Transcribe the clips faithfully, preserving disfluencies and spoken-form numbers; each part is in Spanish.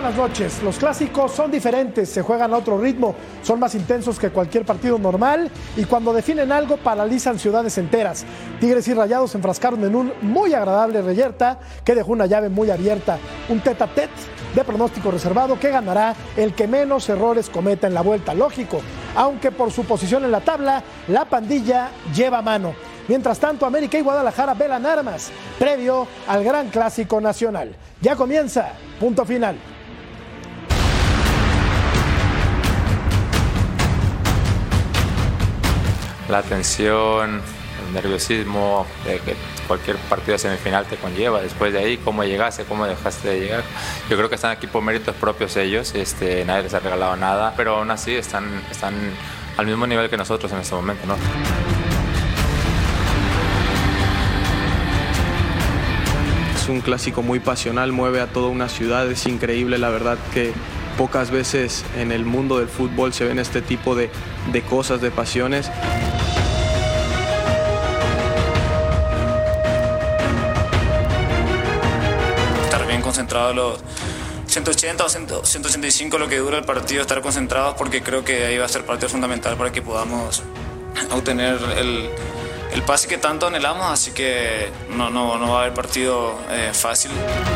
buenas noches. Los clásicos son diferentes, se juegan a otro ritmo, son más intensos que cualquier partido normal y cuando definen algo paralizan ciudades enteras. Tigres y Rayados se enfrascaron en un muy agradable reyerta que dejó una llave muy abierta. Un tete a tete de pronóstico reservado que ganará el que menos errores cometa en la vuelta. Lógico, aunque por su posición en la tabla, la pandilla lleva mano. Mientras tanto, América y Guadalajara velan armas, previo al gran clásico nacional. Ya comienza, punto final. La tensión, el nerviosismo de que cualquier partido de semifinal te conlleva. Después de ahí, cómo llegaste, cómo dejaste de llegar. Yo creo que están aquí por méritos propios ellos, este, nadie les ha regalado nada, pero aún así están, están al mismo nivel que nosotros en este momento, ¿no? Es un clásico muy pasional, mueve a toda una ciudad, es increíble, la verdad que pocas veces en el mundo del fútbol se ven este tipo de, de cosas, de pasiones. Estar bien concentrados los ciento ochenta o ciento ochenta y cinco, lo que dura el partido, estar concentrados porque creo que ahí va a ser parte fundamental para que podamos obtener el... el pase que tanto anhelamos, así que no, no, no va a haber partido eh, fácil.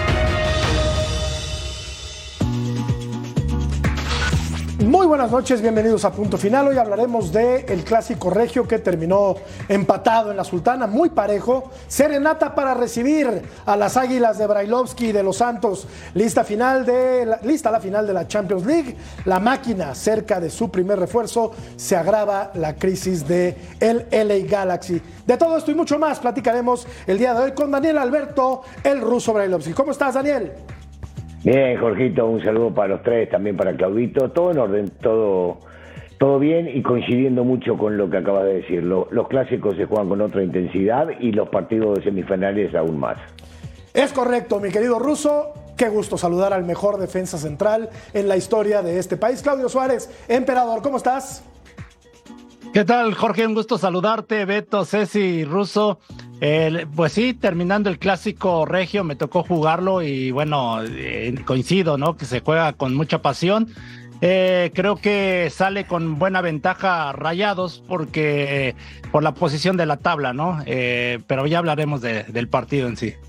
Muy buenas noches, bienvenidos a Punto Final. Hoy hablaremos del clásico regio que terminó empatado en la Sultana, muy parejo. Serenata para recibir a las Águilas de Brailovsky y de Los Santos. Lista, final de la, lista la final de la Champions League. La máquina cerca de su primer refuerzo. Se agrava la crisis de el L A Galaxy. De todo esto y mucho más platicaremos el día de hoy con Daniel Alberto, el ruso Brailovsky. ¿Cómo estás, Daniel? Bien, Jorgito, un saludo para los tres, también para Claudito, todo en orden, todo, todo bien y coincidiendo mucho con lo que acabas de decir. Lo, los clásicos se juegan con otra intensidad y los partidos de semifinales aún más. Es correcto, mi querido ruso. Qué gusto saludar al mejor defensa central en la historia de este país. Claudio Suárez, emperador, ¿cómo estás? ¿Qué tal, Jorge? Un gusto saludarte, Beto, Ceci, Russo. Eh, pues sí, terminando el clásico regio, me tocó jugarlo y bueno, eh, coincido, ¿no? Que se juega con mucha pasión. Eh, creo que sale con buena ventaja Rayados porque eh, por la posición de la tabla, ¿no? Eh, pero ya hablaremos de, del partido en sí.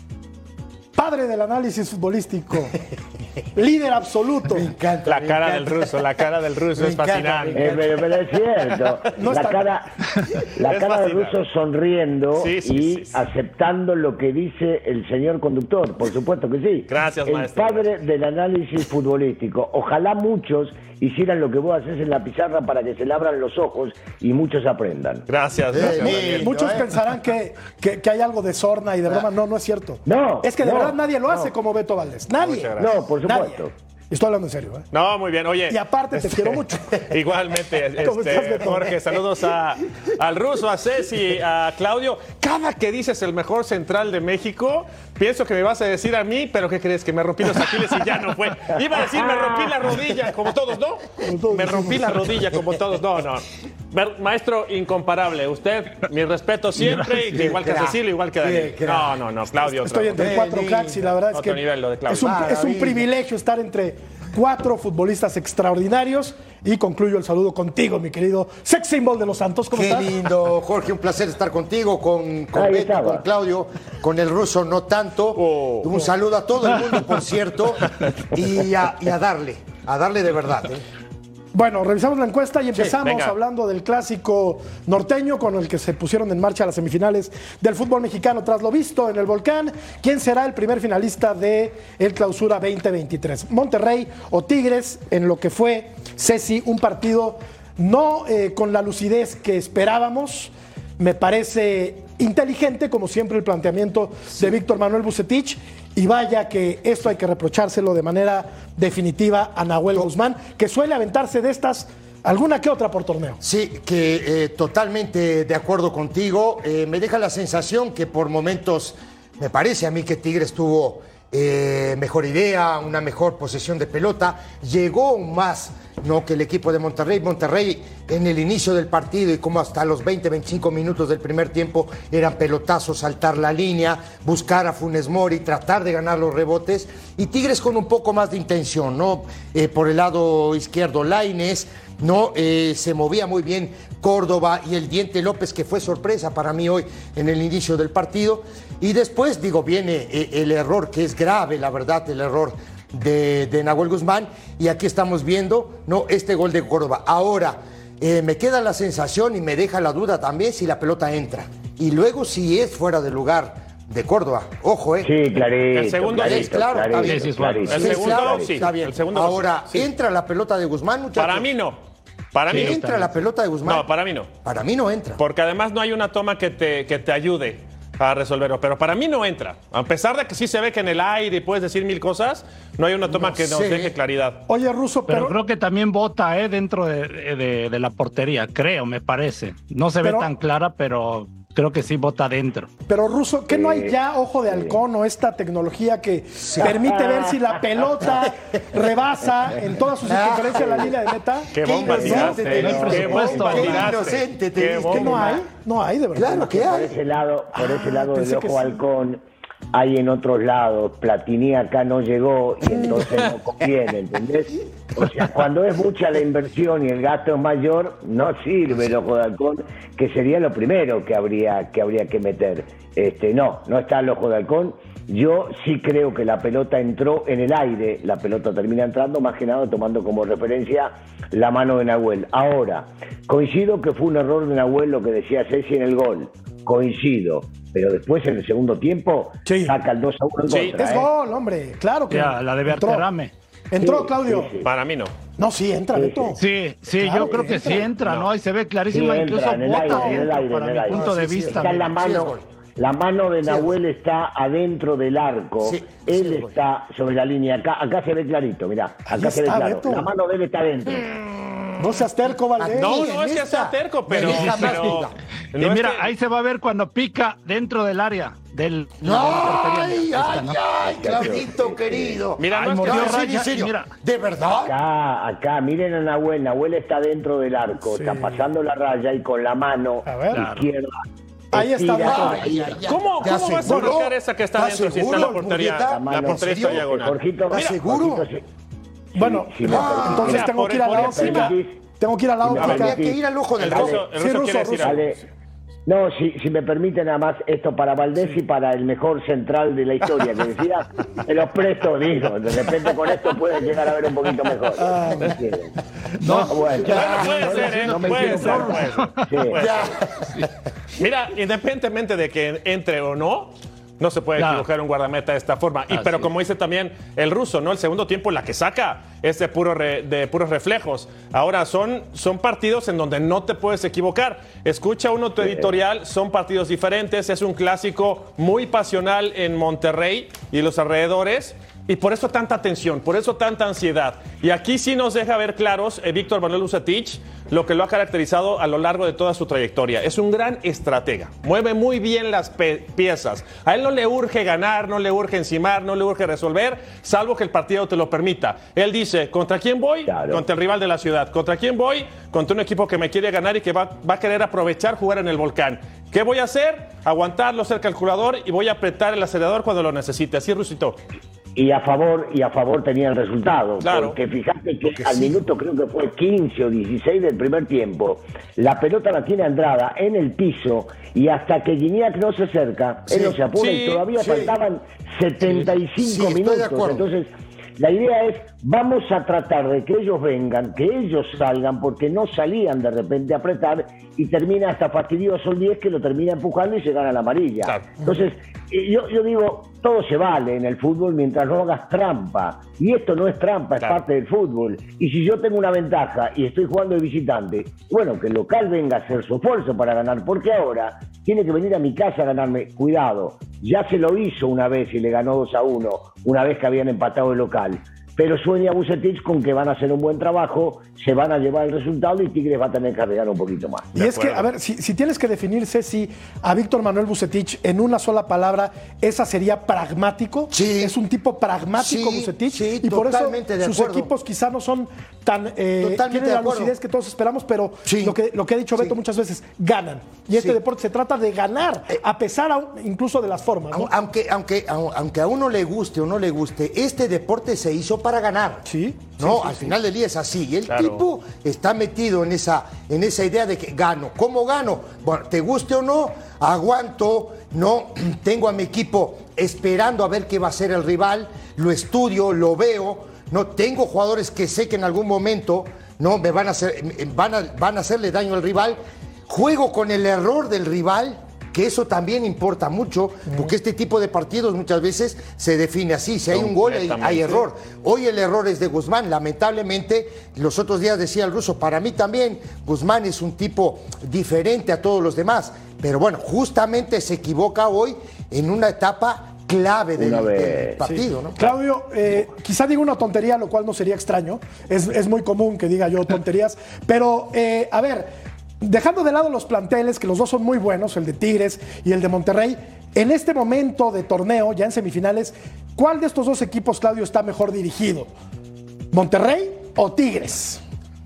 Padre del análisis futbolístico, líder absoluto. Me encanta, la me cara encanta. del ruso, la cara del ruso Me es encanta, fascinante. Eh, pero, pero es cierto, No la está... cara, la Es cara del fascinante. ruso sonriendo Sí, sí, y sí, sí. aceptando lo que dice el señor conductor, por supuesto que sí. Gracias, el maestro. padre Gracias. del análisis futbolístico. Ojalá muchos hicieran lo que vos haces en la pizarra para que se le abran los ojos y muchos aprendan. Gracias, Eh, gracias, eh, Daniel. Muchos No, eh. pensarán que, que, que hay algo de sorna y de broma. No, no es cierto. No, Es que de no, verdad nadie lo no. hace como Beto Valdés. Nadie. Muchas gracias. No, por Nadie. supuesto. Estoy hablando en serio, ¿eh? No, muy bien. Oye. Y aparte te quiero mucho. Igualmente, ¿Cómo este, estás, Beto? Jorge, saludos a, al ruso, a Ceci, a Claudio. Cada que dices el mejor central de México, pienso que me vas a decir a mí, pero ¿qué crees? Que me rompí los aquiles y ya no fue. Iba a decir, me rompí la rodilla, como todos, ¿no? Me rompí la rodilla, como todos, no, no. Maestro incomparable, usted, mi respeto siempre, y que igual que crack. Cecilio, igual que Daniel. Sí, crack. No, no, no, Claudio. Estoy otro. entre Eh, cuatro sí. cracks y la verdad es Otro que nivel lo de Claudio. es un, es un Maravilla. privilegio estar entre cuatro futbolistas extraordinarios y concluyo el saludo contigo, mi querido sex symbol de Los Santos. ¿Cómo Qué estás? lindo, Jorge, un placer estar contigo, con, con Ahí Beto, estaba. con Claudio, con el ruso no tanto. Oh. Un saludo a todo el mundo, por cierto, y a, y a darle, a darle de verdad. ¿eh? Bueno, revisamos la encuesta y empezamos venga. hablando del clásico norteño con el que se pusieron en marcha las semifinales del fútbol mexicano. Tras lo visto en el Volcán, ¿quién será el primer finalista de el Clausura veinte veintitrés? ¿Monterrey o Tigres? En lo que fue, Ceci, un partido no eh, con la lucidez que esperábamos. Me parece inteligente, como siempre, el planteamiento de Víctor Manuel Vucetich. Y vaya que esto hay que reprochárselo de manera definitiva a Nahuel Guzmán, que suele aventarse de estas alguna que otra por torneo. Sí, que eh, totalmente de acuerdo contigo. Eh, me deja la sensación que por momentos, me parece a mí que Tigres tuvo eh, mejor idea, una mejor posesión de pelota, llegó más no, que el equipo de Monterrey, Monterrey en el inicio del partido y como hasta los veinte, veinticinco minutos del primer tiempo eran pelotazos, saltar la línea, buscar a Funes Mori, tratar de ganar los rebotes, y Tigres con un poco más de intención, ¿no? Eh, por el lado izquierdo, Lainez, ¿no? Eh, se movía muy bien Córdoba y el Diente López, que fue sorpresa para mí hoy en el inicio del partido. Y después, digo, viene eh, el error, que es grave, la verdad, el error de, de Nahuel Guzmán. Y aquí estamos viendo, ¿no? Este gol de Córdoba. Ahora, eh, me queda la sensación y me deja la duda también si la pelota entra. Y luego si es fuera de lugar de Córdoba. Ojo, ¿eh? Sí, clarito. El segundo clarito, es claro, clarito, está bien. clarito, clarito. El segundo, claro, sí. está bien. El segundo, Ahora, sí. ¿entra la pelota de Guzmán, muchachos? Para mí no. Para mí no. ¿Entra la pelota de Guzmán? No, para mí no. Para mí no entra. Porque además no hay una toma que te, que te ayude a resolverlo. Pero para mí no entra. A pesar de que sí se ve que en el aire puedes decir mil cosas, no hay una toma No que nos sé. deje claridad. Oye, Russo, Pero pero, creo que también bota eh, dentro de, de- de la portería, creo, me parece. No se Pero- ve tan clara, pero creo que sí bota dentro. pero Russo, ¿qué no hay ya ojo de halcón o esta tecnología que permite ver si la pelota rebasa en toda su circunferencia la línea de meta? Qué bomba inocente tiraste. te Qué dices, bomba qué tiraste. inocente te Qué dices. ¿Qué no bomba. hay? No hay, de verdad. Claro que Por hay. ese lado, por ese Ah, lado del pensé que ojo sí. halcón hay en otros lados. Platini acá no llegó y entonces no conviene, ¿entendés? O sea, cuando es mucha la inversión y el gasto es mayor, no sirve el ojo de halcón, que sería lo primero que habría que habría que meter. Este, no, no está el ojo de halcón. Yo sí creo que la pelota entró en el aire, la pelota termina entrando, más que nada tomando como referencia la mano de Nahuel. Ahora, coincido que fue un error de Nahuel lo que decía Ceci en el gol, coincido, pero después en el segundo tiempo Sí. saca el dos a uno en Sí. contra. Es ¿eh? gol, hombre. Claro que Ya, la de entró. Berterame. Entró, Sí, Claudio. sí, sí. Para mí no. No, sí, entra, Sí, Beto. Sí, sí, Claro yo creo que que entra. sí entra, ¿no? Y se ve clarísima, Sí, entra, incluso en el bota aire, en el dentro, aire, para en el mi aire. punto No, de sí, sí, vista. Está en la Sí, es mano, gol. la mano de Sí, es Nahuel gol. está adentro del arco, Sí, sí, él es gol. está sobre la línea, acá, acá se ve clarito, mirá, Ahí acá se ve está, claro, Beto. la mano de él está adentro. No seas terco, Valdés. No, Sí, no en es que esta. sea terco, pero. Me deja más pero duda. Y no es mira, que- ahí se va a ver cuando pica dentro del área del No, de la portería. ay, Ahí está, ay, ¿no? ay, Claudito querido. Mira, Ay, no es que- mordió No, en serio, raya, en serio. mira. ¿De verdad? Acá, acá, miren a Nahuel, Nahuel está dentro del arco, Sí. está pasando la raya y con la mano A ver. izquierda. Ahí está, estira- Beto. Ay, ay, ay. ¿Cómo, ¿Te cómo vas a aseguro? marcar esa que está ¿Te adentro si está en la aseguro, portería? Murrieta? La portería está ¿En serio? diagonal. Jorgito, ¿Estás seguro? Jorgito, sí. Bueno, Sí, sí, me Ah, entonces Mira, tengo por- que ir a la por óptica. encima. Tengo que ir a la Sí, me óptica. Habría que ir al ojo del El gol. ruso, el Sí, ruso ruso, quiere decir ruso. algo. Dale. No, si, si me permite nada más esto para Valdés y para el mejor central de la historia, que decía, te los presto, digo, de repente con esto puede llegar a ver un poquito mejor. No me quieren. No, bueno. Bueno, puede No, ser, ¿eh? no me Puede quiero ser, usar. puede ser. Sí. Puede ser. Mira, independientemente de que entre o no, no se puede Claro. equivocar un guardameta de esta forma. Y, Así pero es. como dice también el ruso, ¿no? El segundo tiempo la que saca es de, puro re- de puros reflejos. Ahora, son, son partidos en donde no te puedes equivocar. Escucha uno tu editorial, son partidos diferentes, es un clásico muy pasional en Monterrey y los alrededores. Y por eso tanta tensión, por eso tanta ansiedad. Y aquí sí nos deja ver claros eh, Víctor Manuel Vucetich lo que lo ha caracterizado a lo largo de toda su trayectoria. Es un gran estratega, mueve muy bien las pe- piezas. A él no le urge ganar, no le urge encimar, no le urge resolver, salvo que el partido te lo permita. Él dice, ¿contra quién voy? Claro. Contra el rival de la ciudad. ¿Contra quién voy? Contra un equipo que me quiere ganar y que va, va a querer aprovechar jugar en el Volcán. ¿Qué voy a hacer? Aguantarlo, ser calculador y voy a apretar el acelerador cuando lo necesite. Así, Rusito. Y a favor y a favor tenía el resultado, Claro. porque fíjate que Porque al sí. minuto creo que fue quince o dieciséis del primer tiempo, la pelota la tiene Andrada en el piso y hasta que Gignac no se acerca, Sí. él no se apura Sí, y todavía sí. faltaban setenta y Sí, cinco estoy de minutos, acuerdo. entonces la idea es, vamos a tratar de que ellos vengan, que ellos salgan, porque no salían de repente a apretar y termina hasta fastidioso el diez que lo termina empujando y se gana la amarilla. Claro. Entonces, eh, yo, yo digo, todo se vale en el fútbol mientras no hagas trampa. Y esto no es trampa, es Claro. parte del fútbol. Y si yo tengo una ventaja y estoy jugando de visitante, bueno, que el local venga a hacer su esfuerzo para ganar, porque ahora tiene que venir a mi casa a ganarme. Cuidado, ya se lo hizo una vez y le ganó dos a uno, una vez que habían empatado el local. pero sueña Vucetich con que van a hacer un buen trabajo, se van a llevar el resultado y Tigres va a tener que arriesgar un poquito más. Y es que, a ver, si, si tienes que definirse si a Víctor Manuel Vucetich en una sola palabra, esa sería pragmático. Sí. Es un tipo pragmático Sí, Vucetich. sí, y por eso totalmente de sus acuerdo. equipos quizá no son tan... Eh, Totalmente tienen de la acuerdo. lucidez que todos esperamos, pero Sí. lo, que, lo que ha dicho Beto Sí. muchas veces, ganan. Y este Sí. deporte se trata de ganar, a pesar aún, incluso de las formas, ¿no? Aunque, aunque, aunque a uno le guste o no le guste, este deporte se hizo para ganar. Sí. No, Sí, sí, al sí. final del día es así. Y el Claro. tipo está metido en esa, en esa idea de que gano. ¿Cómo gano? Bueno, te guste o no, aguanto, no, tengo a mi equipo esperando a ver qué va a hacer el rival, lo estudio, lo veo, no, tengo jugadores que sé que en algún momento no me van a hacer, van a, van a hacerle daño al rival, juego con el error del rival, que eso también importa mucho, porque este tipo de partidos muchas veces se define así, si hay un gol hay, hay error. Hoy el error es de Guzmán, lamentablemente, los otros días decía el ruso, para mí también Guzmán es un tipo diferente a todos los demás, pero bueno, justamente se equivoca hoy en una etapa clave del, Una vez. del partido, Sí. ¿no? Claudio, eh, quizá diga una tontería, lo cual no sería extraño. Es, es muy común que diga yo tonterías. Pero, eh, a ver, dejando de lado los planteles, que los dos son muy buenos, el de Tigres y el de Monterrey, en este momento de torneo, ya en semifinales, ¿cuál de estos dos equipos, Claudio, está mejor dirigido? ¿Monterrey o Tigres?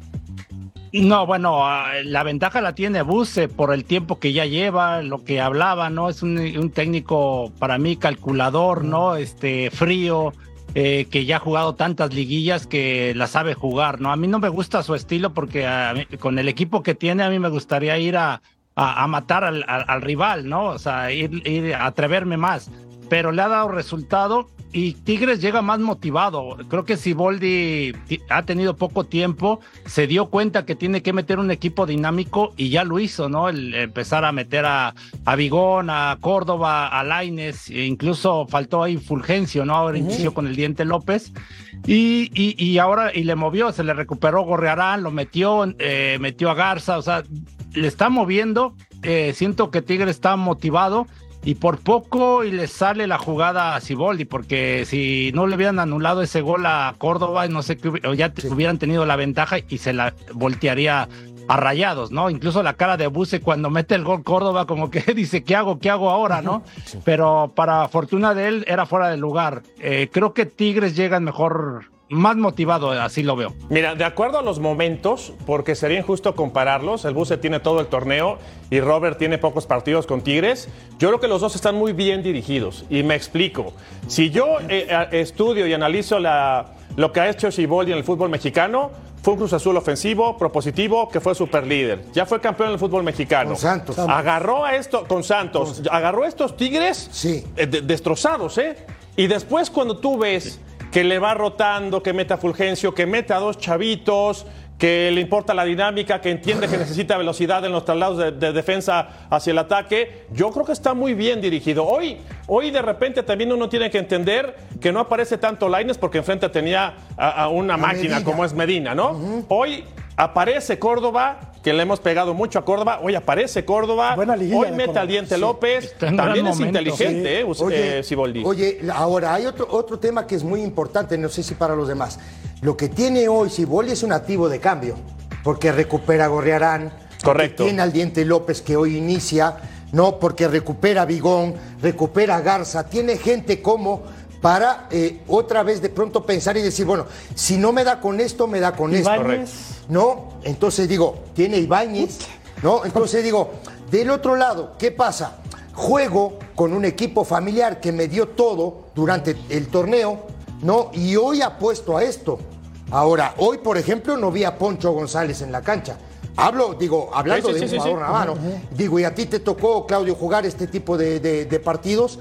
No, bueno, la ventaja la tiene Buse por el tiempo que ya lleva, lo que hablaba, ¿no? Es un, un técnico para mí calculador, ¿no? Este, frío, eh, que ya ha jugado tantas liguillas que la sabe jugar, ¿no? A mí no me gusta su estilo porque a mí, con el equipo que tiene a mí me gustaría ir a, a, a matar al, al, al rival, ¿no? O sea, ir, ir a atreverme más, pero le ha dado resultado. Y Tigres llega más motivado. Creo que Siboldi ha tenido poco tiempo, se dio cuenta que tiene que meter un equipo dinámico y ya lo hizo, ¿no? El empezar a meter a, a Vigón, a Córdoba, a Lainez, e incluso faltó ahí Fulgencio, ¿no? Ahora inició con el Diente López. Y, y, y ahora, y le movió, se le recuperó Gorrearán, lo metió, eh, metió a Garza, o sea, le está moviendo. Eh, siento que Tigres está motivado. Y por poco y le sale la jugada a Siboldi, porque si no le hubieran anulado ese gol a Córdoba, no sé qué, o ya sí. hubieran tenido la ventaja y se la voltearía a Rayados, ¿no? Incluso la cara de Buse cuando mete el gol Córdoba, como que dice, ¿qué hago? ¿Qué hago ahora? ¿No? Sí. Pero para fortuna de él, era fuera de lugar. Eh, creo que Tigres llegan mejor, más motivado, así lo veo. Mira, de acuerdo a los momentos, porque sería injusto compararlos, el Buse tiene todo el torneo y Robert tiene pocos partidos con Tigres, yo creo que los dos están muy bien dirigidos, y me explico. Si yo eh, estudio y analizo la, lo que ha hecho Siboldi en el fútbol mexicano, fue un Cruz Azul ofensivo, propositivo, que fue superlíder. Ya fue campeón en el fútbol mexicano. Con Santos. Agarró a esto, con Santos, con... agarró a estos Tigres sí. eh, de, destrozados, ¿eh? Y después cuando tú ves... Sí. que le va rotando, que mete a Fulgencio, que mete a dos chavitos, que le importa la dinámica, que entiende que necesita velocidad en los traslados de, de defensa hacia el ataque, yo creo que está muy bien dirigido. Hoy, hoy de repente también uno tiene que entender que no aparece tanto Lainez porque enfrente tenía a, a una a máquina Medina. Como es Medina, ¿no? Uh-huh. Hoy aparece Córdoba, que le hemos pegado mucho a Córdoba, hoy aparece Córdoba, hoy mete al Diente sí. López, también es momento. inteligente, sí. eh, oye, eh, Siboldi. Oye, ahora hay otro, otro tema que es muy importante, no sé si para los demás. Lo que tiene hoy Siboldi es un activo de cambio, porque recupera a Gorrearán, correcto. Tiene al Diente López que hoy inicia, no, porque recupera a Vigón, recupera a Garza, tiene gente como para eh, otra vez de pronto pensar y decir, bueno, si no me da con esto, me da con Ibáñez. esto. ¿No? Entonces digo, tiene Ibáñez, ¿no? Entonces digo, del otro lado, ¿qué pasa? Juego con un equipo familiar que me dio todo durante el torneo, ¿no? Y hoy apuesto a esto. Ahora, hoy, por ejemplo, no vi a Poncho González en la cancha. Hablo, digo, hablando sí, sí, de sí, un jugador sí, sí. Navarro. Uh-huh. Digo, y a ti te tocó, Claudio, jugar este tipo de, de, de partidos.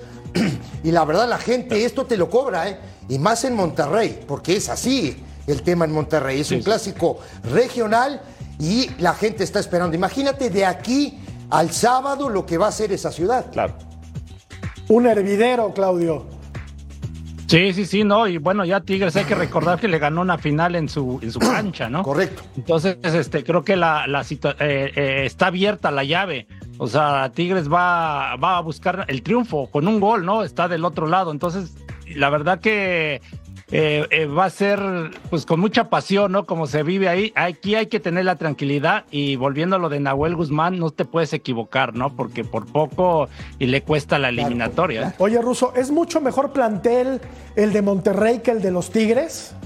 Y la verdad, la gente esto te lo cobra, ¿eh? Y más en Monterrey, porque es así el tema en Monterrey. Es sí, un sí. clásico regional y la gente está esperando. Imagínate de aquí al sábado lo que va a ser esa ciudad. Claro. Un hervidero, Claudio. Sí, sí, sí, no, y bueno, ya Tigres hay que recordar que le ganó una final en su en su cancha, ¿no? Correcto. Entonces, este, creo que la, la situa- eh, eh, está abierta la llave. O sea, Tigres va, va a buscar el triunfo con un gol, ¿no? Está del otro lado. Entonces, la verdad que eh, eh, va a ser pues con mucha pasión, ¿no? Como se vive ahí. Aquí hay que tener la tranquilidad y volviendo a lo de Nahuel Guzmán, no te puedes equivocar, ¿no? Porque por poco y le cuesta la eliminatoria. Claro, claro. Oye, Russo, ¿es mucho mejor plantel el de Monterrey que el de los Tigres?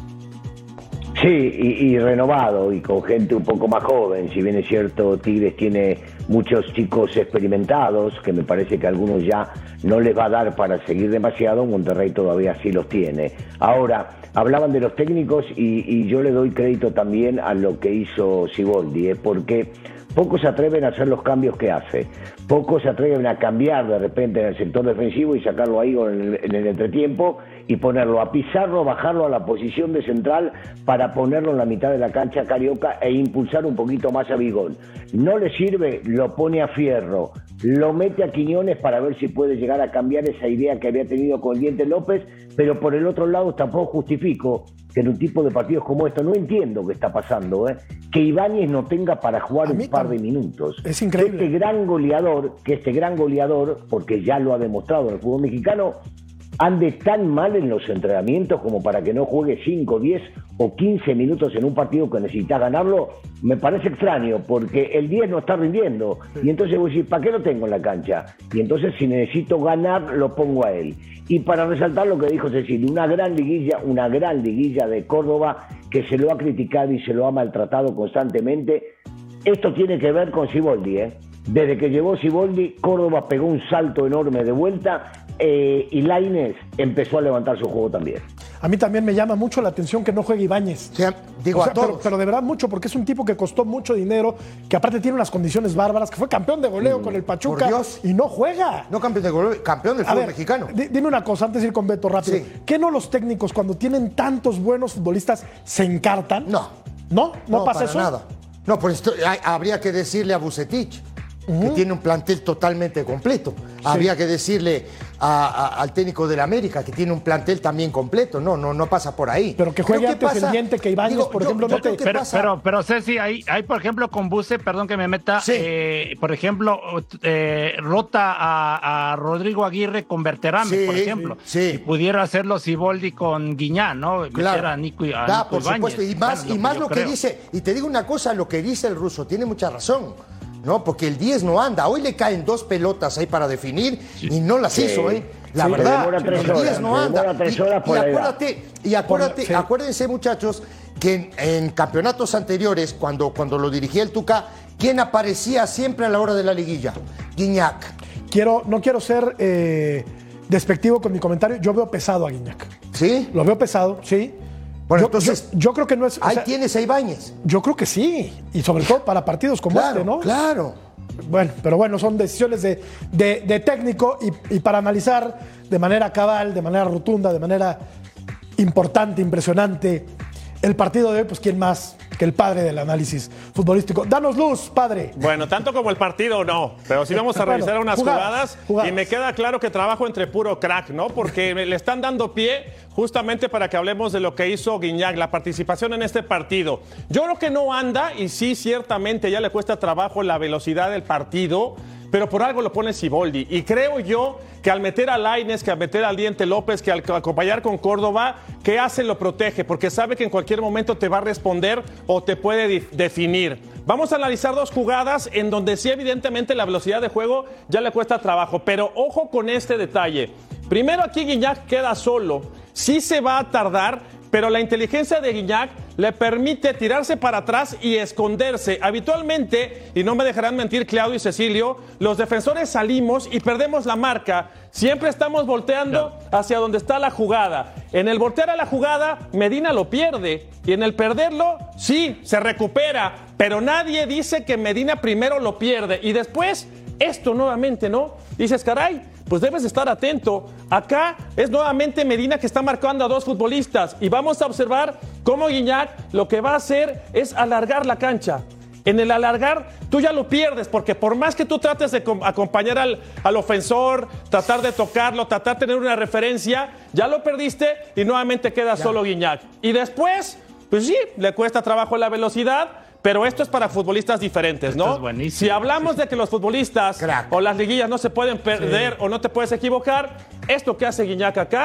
Sí, y, y renovado y con gente un poco más joven. Si bien es cierto, Tigres tiene muchos chicos experimentados, que me parece que a algunos ya no les va a dar para seguir demasiado, Monterrey todavía sí los tiene. Ahora, hablaban de los técnicos y, y yo le doy crédito también a lo que hizo Siboldi, ¿eh? Porque pocos se atreven a hacer los cambios que hace. Pocos se atreven a cambiar de repente en el sector defensivo y sacarlo ahí en el, en el entretiempo y ponerlo a Pizarro, bajarlo a la posición de central para ponerlo en la mitad de la cancha Carioca e impulsar un poquito más a Bigón. No le sirve, lo pone a Fierro, lo mete a Quiñones para ver si puede llegar a cambiar esa idea que había tenido con Diente López, pero por el otro lado tampoco justifico que en un tipo de partidos como esto, no entiendo qué está pasando, ¿eh? que Ibáñez no tenga para jugar un par de minutos. Es increíble. Que este gran goleador, que este gran goleador, porque ya lo ha demostrado en el fútbol mexicano, ande tan mal en los entrenamientos como para que no juegue cinco, diez o quince minutos en un partido que necesitas ganarlo, me parece extraño, porque el diez no está rindiendo. Y entonces voy a decir, ¿para qué lo tengo en la cancha? Y entonces si necesito ganar, lo pongo a él. Y para resaltar lo que dijo Cecilio, una gran liguilla, una gran liguilla de Córdoba, que se lo ha criticado y se lo ha maltratado constantemente. Esto tiene que ver con Siboldi, ¿eh? Desde que llegó Siboldi, Córdoba pegó un salto enorme de vuelta eh, y Lainez empezó a levantar su juego también. A mí también me llama mucho la atención que no juegue Ibáñez. Sí, digo o sea, a todos. Pero, pero de verdad mucho, porque es un tipo que costó mucho dinero, que aparte tiene unas condiciones bárbaras, que fue campeón de goleo mm, con el Pachuca por Dios. Y no juega. No campeón de goleo, campeón del a fútbol ver, mexicano. D- dime una cosa, antes de ir con Beto rápido. Sí. ¿Qué no los técnicos cuando tienen tantos buenos futbolistas se encartan? No. ¿No? ¿No, no pasa para eso? nada. No, pues esto, hay, habría que decirle a Vucetich, uh-huh. que tiene un plantel totalmente completo. Sí. Habría que decirle a, a, al técnico del América, que tiene un plantel también completo. No, no, no pasa por ahí. Pero que juegue antes el Diente que Ibáñez, digo, por yo, ejemplo, yo no te... Pero, pero, pero Ceci, hay, hay, por ejemplo, con Buce, perdón que me meta, sí. eh, por ejemplo, eh, rota a, a Rodrigo Aguirre con Berterame, sí, por ejemplo. Sí. Y pudiera hacerlo Siboldi con Guiñán, ¿no? Claro. Meter a Nico y a Da, Nico por Ibáñez. supuesto. Y más, bueno, y más lo lo que, que creo. dice, y te digo una cosa, lo que dice el ruso, tiene mucha razón. ¿No? Porque el diez no anda. Hoy le caen dos pelotas ahí para definir sí. y no las sí. hizo, ¿eh? La sí, verdad, el horas, diez no anda. Tres y, horas por y acuérdate, y acuérdate, sí. acuérdense, muchachos, que en, en campeonatos anteriores, cuando, cuando lo dirigía el Tuca, ¿quién aparecía siempre a la hora de la liguilla? Guiñac. Quiero, no quiero ser eh, despectivo con mi comentario. Yo veo pesado a Guiñac. ¿Sí? Lo veo pesado, sí. Bueno, yo, entonces, yo, yo creo que no es... Ahí sea, tienes a Ibáñez. Yo creo que sí. Y sobre todo para partidos como claro, este, ¿no? Claro. Bueno, pero bueno, son decisiones de, de, de técnico y, y para analizar de manera cabal, de manera rotunda, de manera importante, impresionante el partido de hoy, pues quién más que el padre del análisis futbolístico. Danos luz, padre. Bueno, tanto como el partido no, pero sí vamos a revisar bueno, unas jugadas, jugadas, jugadas y me queda claro que trabajo entre puro crack, ¿no? Porque le están dando pie justamente para que hablemos de lo que hizo Guiñac, la participación en este partido. Yo creo que no anda y sí, ciertamente ya le cuesta trabajo la velocidad del partido, pero por algo lo pone Siboldi. Y creo yo que al meter a Lainez, que al meter al Diente López, que al acompañar con Córdoba, ¿qué hace? Lo protege, porque sabe que en cualquier momento te va a responder o te puede definir. Vamos a analizar dos jugadas en donde sí, evidentemente, la velocidad de juego ya le cuesta trabajo. Pero ojo con este detalle. Primero aquí Guiñac queda solo. Sí se va a tardar, pero la inteligencia de Guiñac le permite tirarse para atrás y esconderse. Habitualmente, y no me dejarán mentir Claudio y Cecilio, los defensores salimos y perdemos la marca. Siempre estamos volteando hacia donde está la jugada. En el voltear a la jugada, Medina lo pierde. Y en el perderlo, sí, se recupera. Pero nadie dice que Medina primero lo pierde. Y después, esto nuevamente, ¿no? Dices, caray, pues debes estar atento. Acá es nuevamente Medina que está marcando a dos futbolistas. Y vamos a observar cómo Guiñac lo que va a hacer es alargar la cancha. En el alargar, tú ya lo pierdes, porque por más que tú trates de acompañar al, al ofensor, tratar de tocarlo, tratar de tener una referencia, ya lo perdiste y nuevamente queda ya. Solo Guiñac. Y después, pues sí, le cuesta trabajo la velocidad, pero esto es para futbolistas diferentes, ¿no? Esto es buenísimo. Si hablamos sí. de que los futbolistas Crack. o las liguillas no se pueden perder sí. o no te puedes equivocar, esto que hace Guiñac acá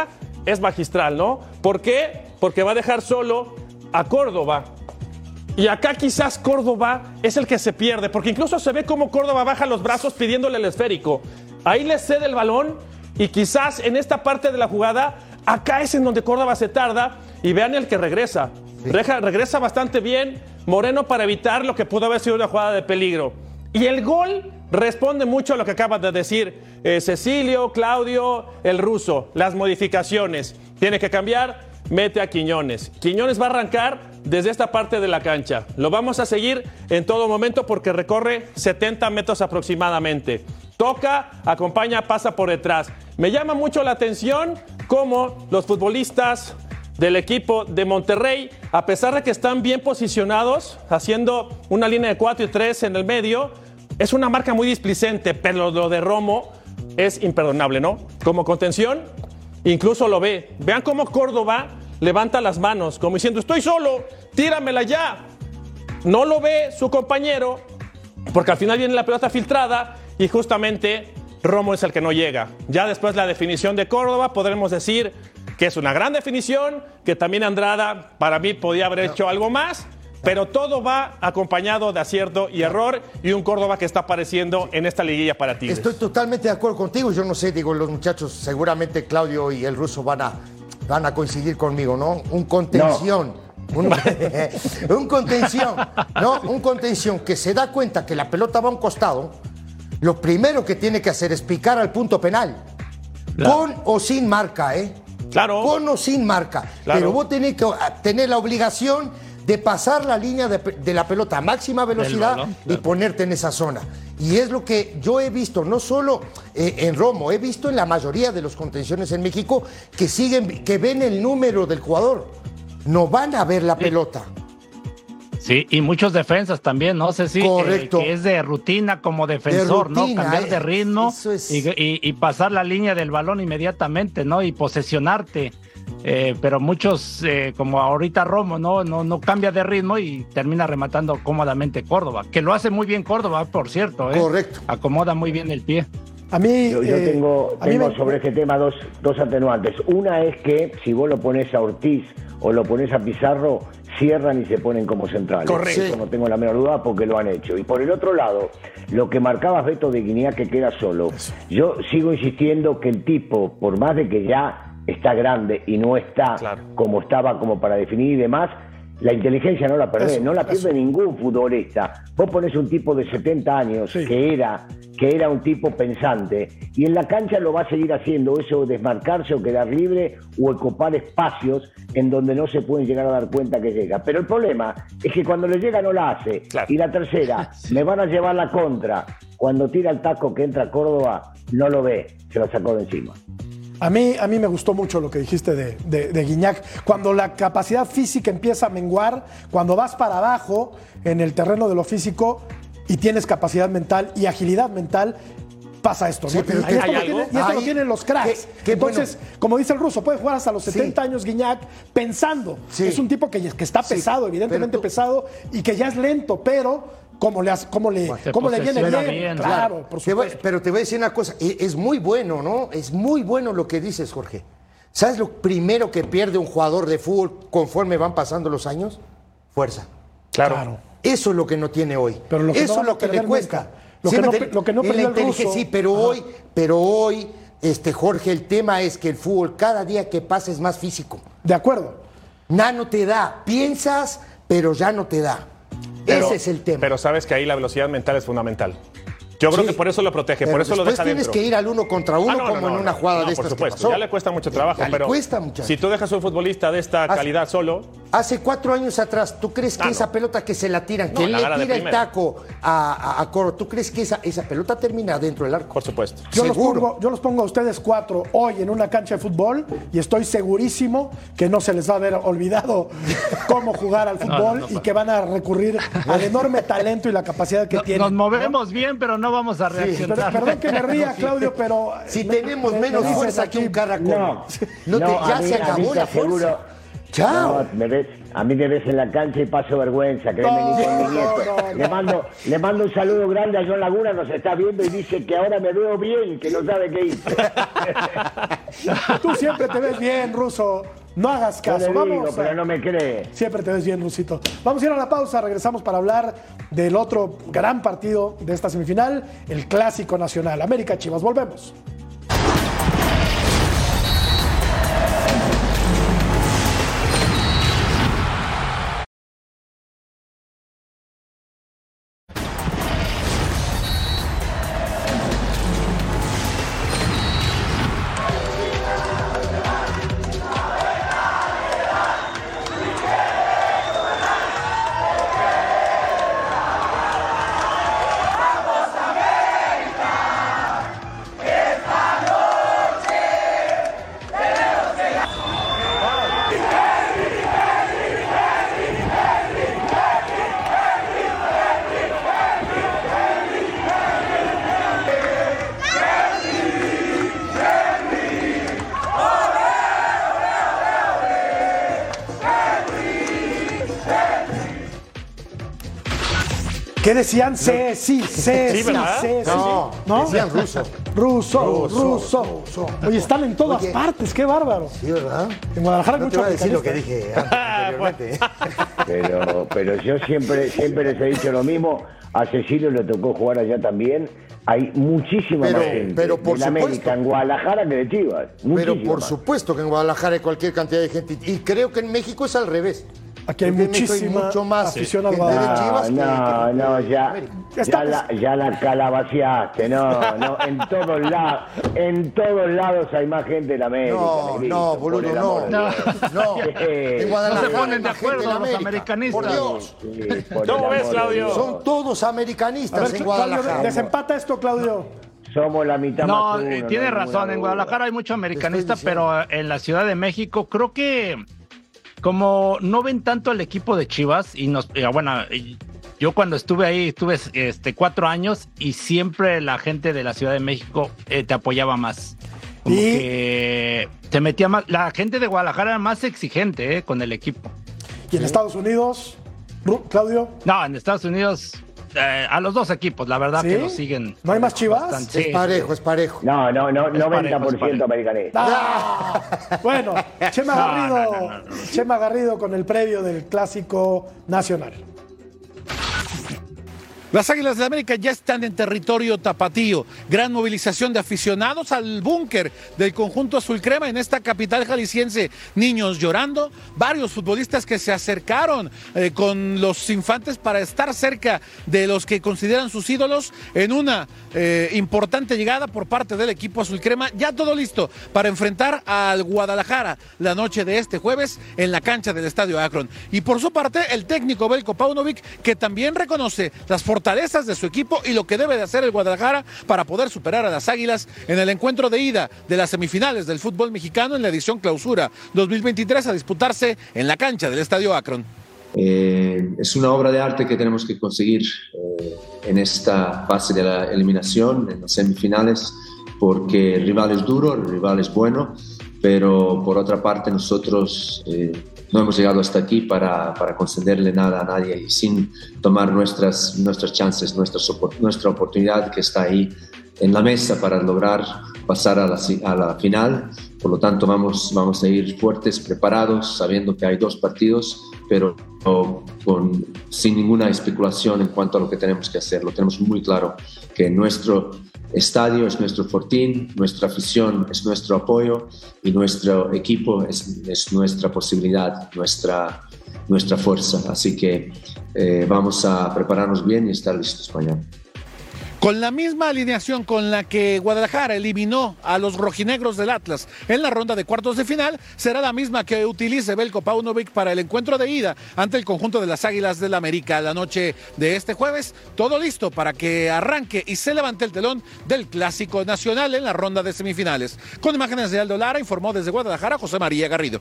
es magistral, ¿no? ¿Por qué? Porque va a dejar solo a Córdoba. Y acá quizás Córdoba es el que se pierde, porque incluso se ve cómo Córdoba baja los brazos pidiéndole el esférico. Ahí le cede el balón y quizás en esta parte de la jugada, acá es en donde Córdoba se tarda y vean el que regresa. Sí. Reja, regresa bastante bien Moreno para evitar lo que pudo haber sido una jugada de peligro. Y el gol responde mucho a lo que acaba de decir eh, Cecilio, Claudio, el ruso. Las modificaciones. Tiene que cambiar, mete a Quiñones. Quiñones va a arrancar desde esta parte de la cancha. Lo vamos a seguir en todo momento porque recorre setenta metros aproximadamente. Toca, acompaña, pasa por detrás. Me llama mucho la atención cómo los futbolistas del equipo de Monterrey, a pesar de que están bien posicionados, haciendo una línea de cuatro y tres en el medio, es una marca muy displicente, pero lo de Romo es imperdonable, ¿no? Como contención, incluso lo ve. Vean cómo Córdoba levanta las manos, como diciendo, estoy solo, tíramela ya. No lo ve su compañero, porque al final viene la pelota filtrada y justamente Romo es el que no llega. Ya después la definición de Córdoba, podremos decir que es una gran definición, que también Andrada para mí podía haber hecho algo más, pero todo va acompañado de acierto y error y un Córdoba que está apareciendo en esta liguilla para Tigres. Estoy totalmente de acuerdo contigo, yo no sé, digo, los muchachos, seguramente Claudio y el ruso van a, van a coincidir conmigo, ¿no? Un contención. No. Un, un contención, ¿no? Un contención que se da cuenta que la pelota va a un costado, lo primero que tiene que hacer es picar al punto penal, claro. Con o sin marca, ¿eh? Claro. Con o sin marca. Claro. Pero vos tenés que tener la obligación de pasar la línea de, de la pelota a máxima velocidad balón, claro. Y ponerte en esa zona. Y es lo que yo he visto, no solo eh, en Romo, he visto en la mayoría de los contenciones en México que siguen, que ven el número del jugador. No van a ver la sí. pelota. Sí, y muchos defensas también, no sé si Correcto. Eh, que es de rutina como defensor, de rutina, ¿no? Cambiar eh, de ritmo es... y, y, y pasar la línea del balón inmediatamente, ¿no? Y posesionarte. Eh, pero muchos, eh, como ahorita Romo, ¿no? No, no cambia de ritmo y termina rematando cómodamente Córdoba, que lo hace muy bien Córdoba, por cierto. ¿eh? Correcto. Acomoda muy bien el pie. A mí, yo, yo eh, tengo, tengo me... sobre este tema dos, dos atenuantes. Una es que si vos lo pones a Ortiz o lo pones a Pizarro, cierran y se ponen como centrales. Correcto. Eso no tengo la menor duda porque lo han hecho. Y por el otro lado, lo que marcabas, Beto, de Guiñac, que queda solo. Eso. Yo sigo insistiendo que el tipo, por más de que ya está grande y no está claro. como estaba como para definir y demás, la inteligencia no la perdés, no la pierde eso. Ningún futbolista. Vos ponés un tipo de setenta años sí. que era que era un tipo pensante y en la cancha lo va a seguir haciendo, eso, desmarcarse o quedar libre o ocupar espacios en donde no se pueden llegar a dar cuenta que llega. Pero el problema es que cuando le llega no la hace. Claro. Y la tercera, sí. me van a llevar la contra. Cuando tira el taco que entra Córdoba, no lo ve, se lo sacó de encima. A mí, a mí me gustó mucho lo que dijiste de, de, de Guiñac. Cuando la capacidad física empieza a menguar, cuando vas para abajo en el terreno de lo físico y tienes capacidad mental y agilidad mental, pasa esto, sí, ¿no? Pero y esto, lo, tiene, y esto Ay, lo tienen los cracks. Qué, qué Entonces, bueno. como dice el ruso, puede jugar hasta los setenta sí. años Guiñac pensando. Sí. Es un tipo que, que está pesado, sí, evidentemente tú... pesado, y que ya es lento, pero... ¿Cómo le, cómo le, bueno, cómo le viene bien? bien claro, claro, por te voy, pero te voy a decir una cosa, es muy bueno, ¿no? Es muy bueno lo que dices, Jorge. ¿Sabes lo primero que pierde un jugador de fútbol conforme van pasando los años? Fuerza. Claro. claro. Eso es lo que no tiene hoy. Pero lo que Eso no es lo que le cuesta. Lo que, no, lo que no perdió el ruso. Sí, pero Ajá. hoy, pero hoy, este, Jorge, el tema es que el fútbol cada día que pasa es más físico. De acuerdo. Ya no te da. Piensas, pero ya no te da. Pero, Ese es el tema. Pero sabes que ahí la velocidad mental es fundamental. Yo creo sí, que por eso lo protege, por eso lo deja tienes dentro. tienes que ir al uno contra uno, ah, no, como no, no, en una jugada no, de estas por supuesto, que pasó. Ya le cuesta mucho trabajo, ya pero le cuesta, muchacho. Si tú dejas a un futbolista de esta hace, calidad solo... Hace cuatro años atrás, ¿tú crees que ah, esa no. pelota que se la tiran, no, que la le tira el taco a, a, a Coro, ¿tú crees que esa, esa pelota termina dentro del arco? Por supuesto. Yo los, pongo, yo los pongo a ustedes cuatro hoy en una cancha de fútbol y estoy segurísimo que no se les va a haber olvidado cómo jugar al fútbol no, no, no, y que van a recurrir al enorme talento y la capacidad que no, tienen. Nos movemos ¿no? bien, pero no vamos a reaccionar. Sí, pero, perdón que me ría, Claudio, pero... Si me, tenemos me, menos me fuerza que un caracol. No, no, no te, ya mí, se acabó la fuerza. Chao. No, me ves, a mí me ves en la cancha y paso vergüenza, créeme, No, ni con mi no, nieto. no, le, no. mando, le mando un saludo grande a John Laguna, nos está viendo y dice que ahora me veo bien, que no sabe qué hice. Tú siempre te ves bien, Ruso. No hagas Yo caso. le Vamos. digo, a- pero no me cree. Siempre te ves bien, Rusito. Vamos a ir a la pausa, regresamos para hablar del otro gran partido de esta semifinal, el Clásico Nacional. América Chivas, volvemos. ¿Qué decían? Sí, sí, sí, Sí, sí, ¿verdad? sí, sí. No, ¿No? decían ruso. Ruso, Ruso, ruso. ruso. Oye, están en todas Oye. partes, qué bárbaro. Sí, ¿verdad? En Guadalajara hay No te mucho voy a decir lo que americanista. dije anteriormente. Pero, pero yo siempre, siempre les he dicho lo mismo. A Cecilio le tocó jugar allá también. Hay muchísima Pero- más gente pero por de la América supuesto. en Guadalajara que de Chivas. Pero Muchísima por más. supuesto que en Guadalajara hay cualquier cantidad de gente. Y creo que en México es al revés. Aquí hay Creo que en México muchísima mucho más afición al gente de Guadalajara. Chivas que- No, que- no, ya, América. ya, Estamos- la, ya la calabaceaste, no, no, en todos lados, en todos lados hay más gente de la América. No, negrito, no, por boludo, el no. amor de No, Dios. no. Eh, En Guadalajara No se ponen hay de más gente acuerdo la los América. americanistas. Por Dios. Sí, por ¿Cómo el ves, amor de Claudio? Dios. Son todos A americanistas ver, en Claudio, Guadalajara. desempata esto, Claudio. Somos la mitad No, más uno, eh, no tiene hay razón. ninguna En duda. Guadalajara hay mucho americanista, Te estoy diciendo. pero en la Ciudad de México creo que como no ven tanto al equipo de Chivas y nos, eh, bueno, y yo cuando estuve ahí estuve este cuatro años y siempre la gente de la Ciudad de México eh, te apoyaba más. Como Y- que te metía más. La gente de Guadalajara era más exigente eh, con el equipo. Y en Estados Unidos, Ru- Claudio, No, en Estados Unidos eh, a los dos equipos, la verdad ¿sí? que lo siguen. ¿No hay más Chivas? bastante. Es Sí. parejo, es parejo. No, no, no, Es noventa por parejo, es ciento americanista. Ah, bueno, Chema No, Garrido, no, no, no, no. Chema Garrido con el previo del Clásico Nacional. Las Águilas de América ya están en territorio tapatío. Gran movilización de aficionados al búnker del conjunto azul crema en esta capital jalisciense. Niños llorando, varios futbolistas que se acercaron eh, con los infantes para estar cerca de los que consideran sus ídolos en una eh, importante llegada por parte del equipo azul crema. Ya todo listo para enfrentar al Guadalajara la noche de este jueves en la cancha del Estadio Akron. Y por su parte, el técnico Belko Paunovic, que también reconoce las fortalezas de su equipo y lo que debe de hacer el Guadalajara para poder superar a las Águilas en el encuentro de ida de las semifinales del fútbol mexicano en la edición clausura dos mil veintitrés a disputarse en la cancha del Estadio Akron. Eh, es una obra de arte que tenemos que conseguir eh, en esta fase de la eliminación, en las semifinales, porque el rival es duro, el rival es bueno, pero por otra parte nosotros eh, no hemos llegado hasta aquí para, para concederle nada a nadie y sin tomar nuestras, nuestras chances, nuestras, nuestra oportunidad que está ahí en la mesa para lograr pasar a la, a la final. Por lo tanto, vamos, vamos a ir fuertes, preparados, sabiendo que hay dos partidos, pero con, sin ninguna especulación en cuanto a lo que tenemos que hacer. Lo tenemos muy claro, que nuestro estadio es nuestro fortín, nuestra afición es nuestro apoyo y nuestro equipo es, es nuestra posibilidad, nuestra, nuestra fuerza. Así que eh, vamos a prepararnos bien y estar listos mañana. Con la misma alineación con la que Guadalajara eliminó a los rojinegros del Atlas en la ronda de cuartos de final, será la misma que utilice Belko Paunovic para el encuentro de ida ante el conjunto de las Águilas del América la noche de este jueves. Todo listo para que arranque y se levante el telón del Clásico Nacional en la ronda de semifinales. Con imágenes de Aldo Lara, informó desde Guadalajara José María Garrido.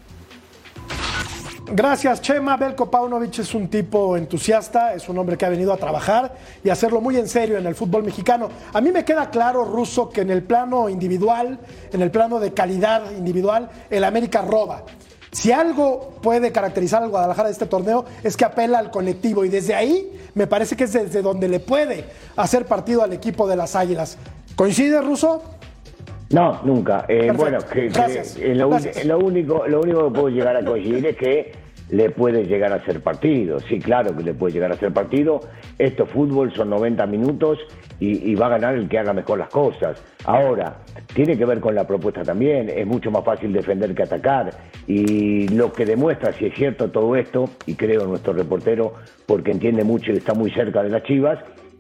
Gracias, Chema. Belko Paunovic es un tipo entusiasta, es un hombre que ha venido a trabajar y a hacerlo muy en serio en el fútbol mexicano. A mí me queda claro, Russo, que en el plano individual, en el plano de calidad individual, el América roba. Si algo puede caracterizar al Guadalajara de este torneo es que apela al colectivo y desde ahí me parece que es desde donde le puede hacer partido al equipo de las Águilas. ¿Coincide, Russo? No, nunca. Eh, bueno, que, Gracias. que, eh, lo, Gracias. lo, único, lo único que puedo llegar a coincidir es que le puede llegar a hacer partido. Sí, claro que le puede llegar a hacer partido. Esto fútbol, son noventa minutos y, y va a ganar el que haga mejor las cosas. Ahora, tiene que ver con la propuesta también. Es mucho más fácil defender que atacar. Y lo que demuestra, si es cierto todo esto, y creo nuestro reportero, porque entiende mucho y está muy cerca de las Chivas,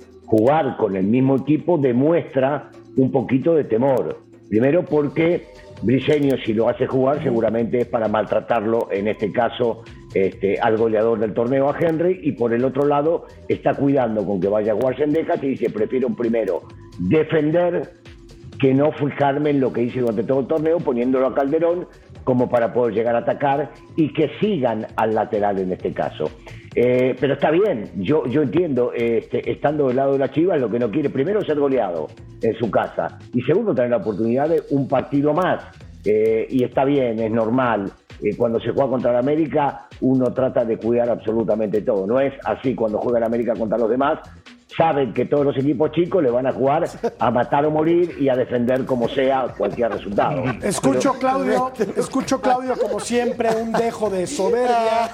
jugar con el mismo equipo demuestra un poquito de temor. Primero porque Briseño, si lo hace jugar, seguramente es para maltratarlo, en este caso este, al goleador del torneo, a Henry, y por el otro lado está cuidando con que vaya a jugar Sendejas y dice, prefiero primero defender que no fijarme en lo que hice durante todo el torneo, poniéndolo a Calderón como para poder llegar a atacar y que sigan al lateral en este caso. Eh, pero está bien, yo, yo entiendo, este, estando del lado de la Chivas, lo que no quiere primero es ser goleado en su casa y segundo tener la oportunidad de un partido más. Eh, y está bien, es normal. Eh, cuando se juega contra la América, uno trata de cuidar absolutamente todo. No es así cuando juega la América contra los demás. Saben que todos los equipos chicos le van a jugar a matar o morir y a defender como sea cualquier resultado. Escucho, Claudio, escucho, Claudio, como siempre, un dejo de soberbia,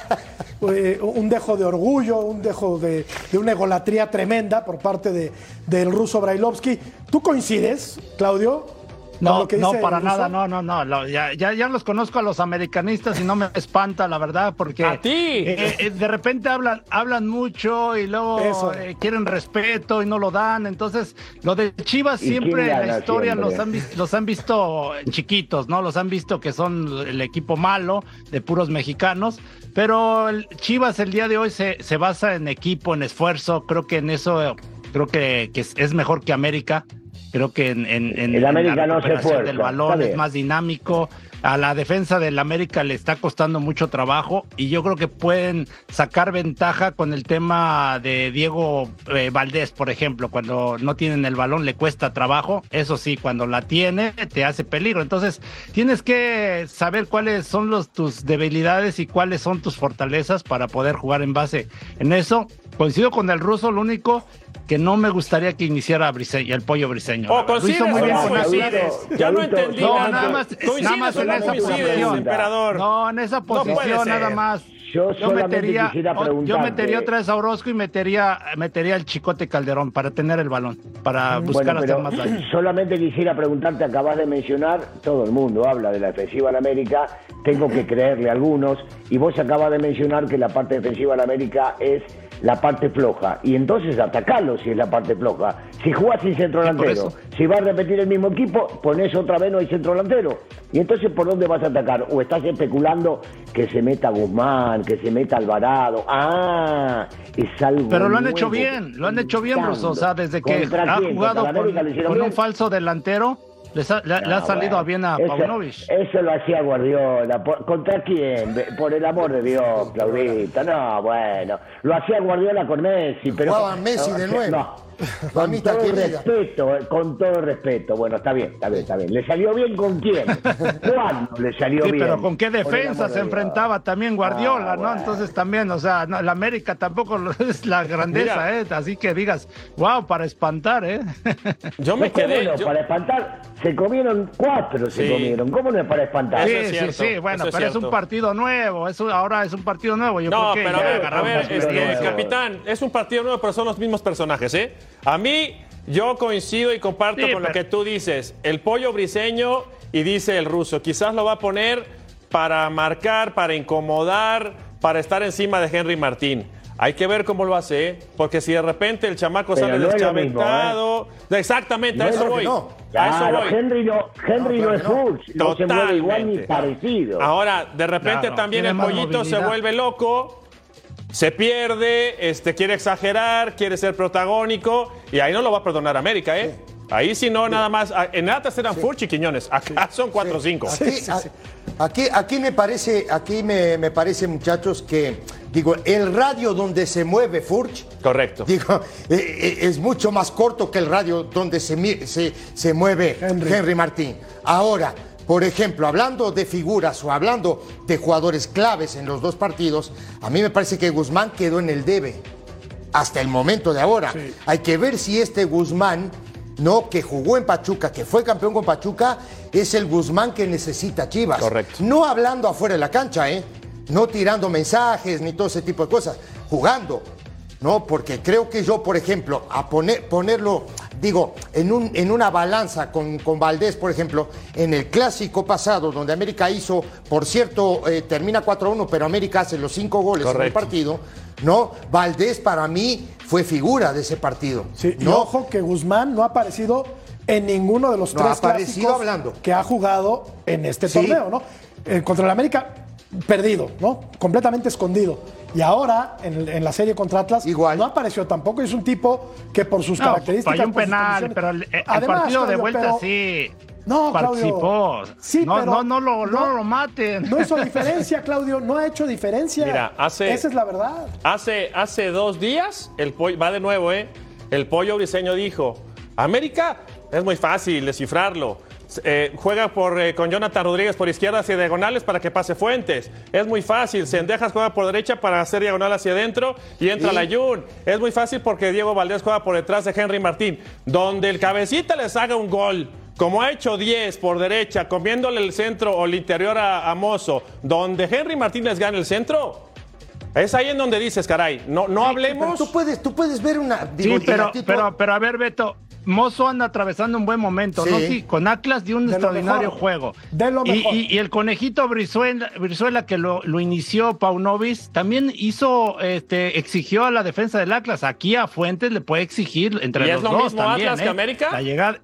eh, un dejo de orgullo, un dejo de, de una egolatría tremenda por parte de, del ruso Brailovsky. ¿Tú coincides, Claudio? No, no, para nada, no, no, no. Lo, ya, ya, ya los conozco a los americanistas y no me espanta, la verdad, porque ¡a ti! Eh, eh, de repente hablan, hablan mucho y luego eh, quieren respeto y no lo dan. Entonces, lo de Chivas siempre en la historia los han, los han visto chiquitos, ¿no? Los han visto que son el equipo malo de puros mexicanos. Pero el Chivas el día de hoy se, se basa en equipo, en esfuerzo. Creo que en eso, creo que, que es mejor que América. Creo que en, en, en, el América en la no se recuperación del balón es más dinámico. A la defensa del América le está costando mucho trabajo y yo creo que pueden sacar ventaja con el tema de Diego eh, Valdés, por ejemplo. Cuando no tienen el balón le cuesta trabajo. Eso sí, cuando la tiene te hace peligro. Entonces tienes que saber cuáles son los, tus debilidades y cuáles son tus fortalezas para poder jugar en base en eso. Coincido con el ruso, lo único que no me gustaría que iniciara Briseño, el pollo Briseño. O coincides o no coincides. Ya no entendí. No, nada más, nada más en esa posición. Emperador. No, en esa posición no nada más. Yo, yo metería, yo metería otra vez a Orozco y metería, metería al Chicote Calderón para tener el balón, para buscar bueno, hacer más daño. Solamente quisiera preguntarte, acabas de mencionar, todo el mundo habla de la defensiva en América, tengo que creerle a algunos, y vos acabas de mencionar que la parte defensiva en América es la parte floja, y entonces atacalo si es la parte floja. Si jugás sin centro delantero, si vas a repetir el mismo equipo, ponés otra vez no hay centro delantero. Y entonces, ¿por dónde vas a atacar? ¿O estás especulando que se meta Guzmán, que se meta Alvarado? Ah, es algo Pero lo han nuevo. hecho bien, lo han hecho bien, Russo. O sea, desde que ha quién? jugado con, con bien? un falso delantero, les ha, le, no, le ha salido bueno, bien a eso, Paunovic. Eso lo hacía Guardiola. ¿Por, ¿Contra quién? Por el amor de Dios, Claudito. No, bueno. Lo hacía Guardiola con Messi. Pero, jugaba Messi de nuevo. No. Con todo respeto, con todo respeto. Bueno, está bien, está bien, está bien. ¿Le salió bien con quién? ¿Cuándo le salió sí, bien? pero ¿con qué defensa se enfrentaba también Guardiola, ah, no? Bueno. Entonces también, o sea, no, la América tampoco es la grandeza, Mira. ¿eh? Así que digas, wow, para espantar, ¿eh? Yo me quedé... No, yo... para espantar, se comieron cuatro, se sí. comieron. ¿Cómo no es para espantar? Sí, es cierto, sí, sí, bueno, es pero cierto. es un partido nuevo, es un, ahora es un partido nuevo. Yo no, creo que pero a ver, a ver este, nuevo. capitán, es un partido nuevo, pero son los mismos personajes, ¿eh? A mí... Yo coincido y comparto sí, con pero... lo que tú dices. El pollo Briseño y dice el ruso, quizás lo va a poner para marcar, para incomodar, para estar encima de Henry Martín. Hay que ver cómo lo hace, ¿eh? Porque si de repente el chamaco pero sale no deschavetado... Mismo, ¿eh? Exactamente, no a eso voy. No. A eso claro, voy. Henry no, Henry no, no es Furch, no se mueve igual ni parecido. Ahora, de repente claro, también el pollito se vuelve loco... Se pierde, este, quiere exagerar, quiere ser protagónico y ahí no lo va a perdonar América, ¿eh? Sí. Ahí sí no, sí. Nada más. En Atlas eran sí. Furch y Quiñones, acá sí. son cuatro o sí. cinco. Aquí, sí, sí. aquí, aquí me parece, aquí me, me parece, muchachos, que digo, el radio donde se mueve Furch, correcto. Digo, eh, es mucho más corto que el radio donde se, se, se mueve Henry. Henry Martín. Ahora, por ejemplo, hablando de figuras o hablando de jugadores claves en los dos partidos, a mí me parece que Guzmán quedó en el debe hasta el momento de ahora. Sí. Hay que ver si este Guzmán, no, que jugó en Pachuca, que fue campeón con Pachuca, es el Guzmán que necesita Chivas. Correcto. No hablando afuera de la cancha, ¿eh? No tirando mensajes ni todo ese tipo de cosas, jugando. No, porque creo que yo, por ejemplo, a poner, ponerlo, digo, en, un, en una balanza con, con Valdés, por ejemplo, en el clásico pasado, donde América hizo, por cierto, eh, termina cuatro a uno, pero América hace los cinco goles. Correcto. En el partido, ¿no? Valdés para mí fue figura de ese partido. Sí, ¿no? Y ojo que Guzmán no ha aparecido en ninguno de los no tres ha clásicos hablando. que ha jugado en este sí. torneo, ¿no? Eh, contra el América, perdido, ¿no? Completamente escondido. Y ahora, en, en la serie contra Atlas, igual no apareció tampoco. Es un tipo que por sus no, características... Falló un penal, pero el, el Además, partido Claudio, de vuelta pero, sí no, participó. Claudio, sí, no, pero no, no, lo, no, no lo maten. No hizo diferencia, Claudio. No ha hecho diferencia. Mira, hace... Esa es la verdad. Hace, hace dos días, el pollo, va de nuevo, ¿eh? El Pollo Briseño dijo, América es muy fácil descifrarlo. Eh, juega por, eh, con Jonathan Rodríguez por izquierda hacia diagonales para que pase Fuentes. Es muy fácil. Cendejas juega por derecha para hacer diagonal hacia adentro y entra ¿Sí? Layún. Es muy fácil porque Diego Valdés juega por detrás de Henry Martín. Donde el cabecita les haga un gol, como ha hecho diez por derecha, comiéndole el centro o el interior a, a Mozo, donde Henry Martín les gana el centro. Es ahí en donde dices, caray, no, no sí, hablemos. Tú puedes, tú puedes ver una... Digo, sí, pero, pero, pero a ver, Beto... Mozo anda atravesando un buen momento, sí. ¿no? Sí, con Atlas dio un de extraordinario juego. De lo mejor. Y, y, y el conejito Brizuela, Brizuela que lo, lo inició Paunovic, también hizo, este, exigió a la defensa del Atlas. Aquí a Fuentes le puede exigir entre ¿Y los es lo dos mismo también, Atlas ¿eh? que América? La llegada...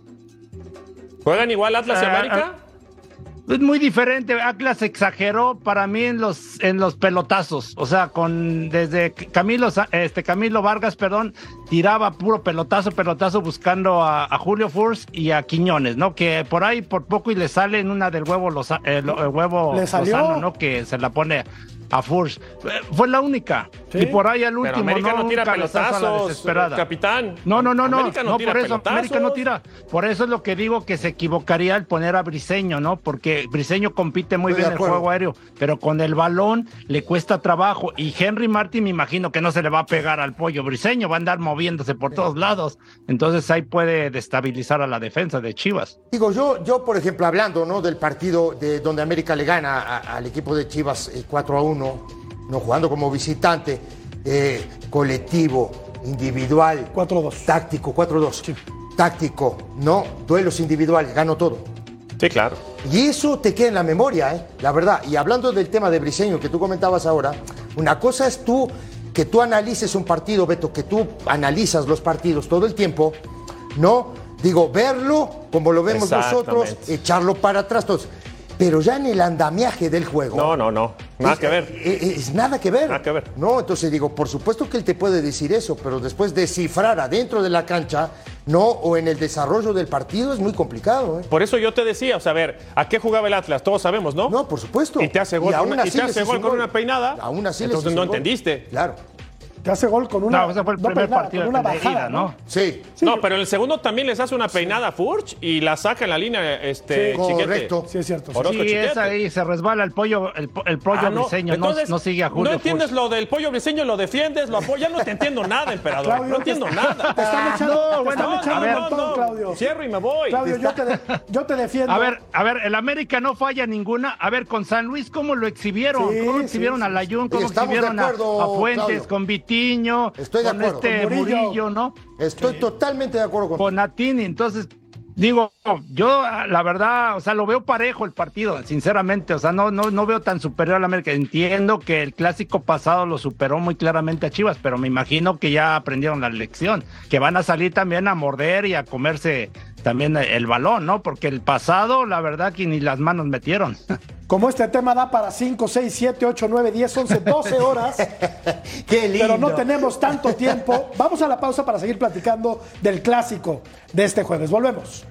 ¿Juegan igual Atlas y uh, América? Uh, Es muy diferente. Atlas exageró para mí en los en los pelotazos, o sea, con desde Camilo este Camilo Vargas, perdón, tiraba puro pelotazo, pelotazo buscando a, a Julio Furch y a Quiñones, ¿no? Que por ahí por poco y le sale en una del huevo Loza, eh, el huevo ¿Le salió? Lozano, ¿no? Que se la pone a Furch. Fue la única. ¿Sí? Y por ahí al último, Pero América no, no tira pelotazos, capitán. No, no, no, no, América no, no tira por eso pelotazos. América no tira. Por eso es lo que digo que se equivocaría al poner a Briseño, ¿no? Porque Briseño compite muy Estoy bien el juego aéreo, pero con el balón le cuesta trabajo. Y Henry Martin me imagino que no se le va a pegar al Pollo Briseño, va a andar moviéndose por todos lados. Entonces ahí puede destabilizar a la defensa de Chivas. Digo, yo, yo por ejemplo, hablando, ¿no? Del partido de donde América le gana a, al equipo de Chivas eh, cuatro a uno, no jugando como visitante, eh, colectivo, individual, cuatro a dos. Táctico, cuatro a dos. Sí. Táctico, no, duelos individuales, gano todo. Sí, claro. Y eso te queda en la memoria, ¿eh? La verdad. Y hablando del tema de Briseño que tú comentabas ahora, una cosa es tú, que tú analices un partido, Beto, que tú analizas los partidos todo el tiempo, ¿no? Digo, verlo como lo vemos nosotros, echarlo para atrás todos. Pero ya en el andamiaje del juego... No, no, no. Nada es, que ver. Es, es nada que ver. Nada que ver. No, entonces digo, por supuesto que él te puede decir eso, pero después descifrar adentro de la cancha, no, o en el desarrollo del partido es muy complicado. ¿eh? Por eso yo te decía, o sea, a ver, ¿a qué jugaba el Atlas? Todos sabemos, ¿no? No, por supuesto. Y te hace gol, con una, y te hace gol con una peinada. Aún así entonces no entendiste. Claro. Te hace gol con una... No, ese fue el primer peinada, partido con una de bajada, ida, ¿no? Sí. sí. No, pero en el segundo también les hace una peinada a Furch y la saca en la línea este, sí, correcto. Sí, es cierto. Sí, sí es ahí, se resbala el pollo, el, el pollo ah, no. Briseño, Entonces, no, no sigue a Julio No entiendes Furch. lo del pollo Briseño, lo defiendes, lo apoyas, no te entiendo nada, emperador. Claudio, no entiendo te, nada. Te están echando, no, te bueno, están echando a ver, un montón, no, Claudio. Cierro y me voy. Claudio, yo te, de, yo te defiendo. A ver, a ver, el América no falla ninguna. A ver, con San Luis, ¿cómo lo exhibieron? Sí, ¿Cómo exhibieron sí, a Layún? ¿Cómo exhibieron acuerdo, a, a Fuentes? Claudio. Con Vitiño. Estoy de con acuerdo. este Con Murillo, Murillo, ¿no? Estoy sí. totalmente de acuerdo con Con Atini, entonces... Digo, yo la verdad, o sea, lo veo parejo el partido, sinceramente, o sea, no, no, no veo tan superior al América. Entiendo que el clásico pasado lo superó muy claramente a Chivas, pero me imagino que ya aprendieron la lección, que van a salir también a morder y a comerse también el balón, ¿no? Porque el pasado, la verdad, que ni las manos metieron. Como este tema da para cinco, seis, siete, ocho, nueve, diez, once, doce horas. ¡Qué lindo! Pero no tenemos tanto tiempo. Vamos a la pausa para seguir platicando del clásico de este jueves. Volvemos.